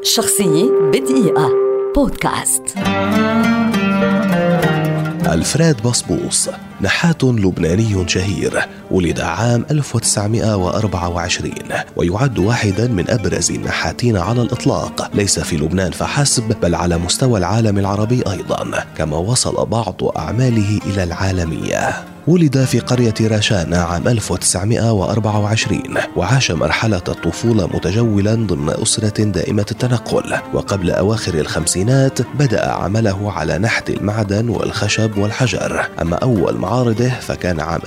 شخصية بدقيقة بودكاست. ألفريد بصبوص نحات لبناني شهير، ولد عام 1924 ويعد واحدا من أبرز النحاتين على الإطلاق، ليس في لبنان فحسب بل على مستوى العالم العربي أيضا، كما وصل بعض أعماله إلى العالمية. ولد في قرية رشانة عام 1924 وعاش مرحلة الطفولة متجولا ضمن أسرة دائمة التنقل، وقبل أواخر الخمسينات بدأ عمله على نحت المعدن والخشب والحجر. أما أول معارضه فكان عام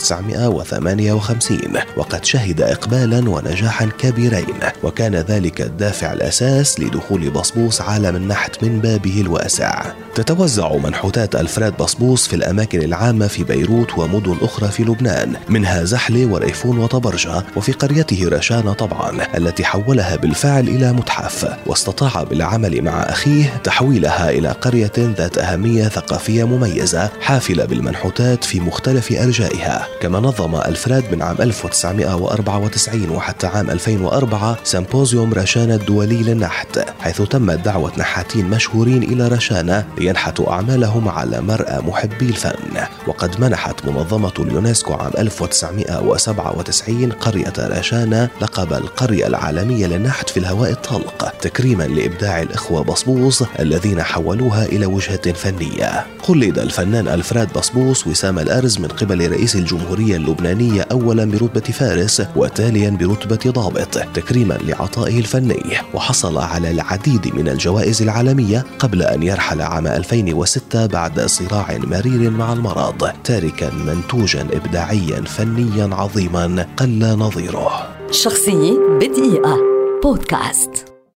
1958 وقد شهد إقبالا ونجاحا كبيرين، وكان ذلك الدافع الأساس لدخول بصبوص عالم النحت من بابه الواسع. تتوزع منحوتات ألفريد بصبوص في الأماكن العامة في بيروت ومدن أخرى في لبنان، منها زحلة وريفون وطبرجة، وفي قريته رشانة طبعا التي حولها بالفعل إلى متحف، واستطاع بالعمل مع أخيه تحويلها إلى قرية ذات أهمية ثقافية مميزة حافلة بالمنحوتات في مختلف أرجائها. كما نظم ألفريد من عام 1994 وحتى عام 2004 سيمبوزيوم رشانة الدولي للنحت، حيث تمت دعوة نحاتين مشهورين إلى رشانة لينحتوا أعمالهم على مرأى محبي الفن. وقد منحت منظمة اليونسكو عام 1997 قرية رشانة لقب القرية العالمية للنحت في الهواء الطلق، تكريما لإبداع الإخوة بصبوص الذين حولوها إلى وجهة فنية. قلد الفنان ألفريد بصبوص وسام الأرز من قبل رئيس الجمهورية اللبنانية أولا برتبة فارس وتاليا برتبة ضابط، تكريما لعطائه الفني، وحصل على العديد من الجوائز العالمية قبل أن يرحل عام 2006 بعد صراع مرير مع المرض، تاركا منتوجا إبداعيا فنيا عظيما قل نظيره. شخصية بدقيقة بودكاست.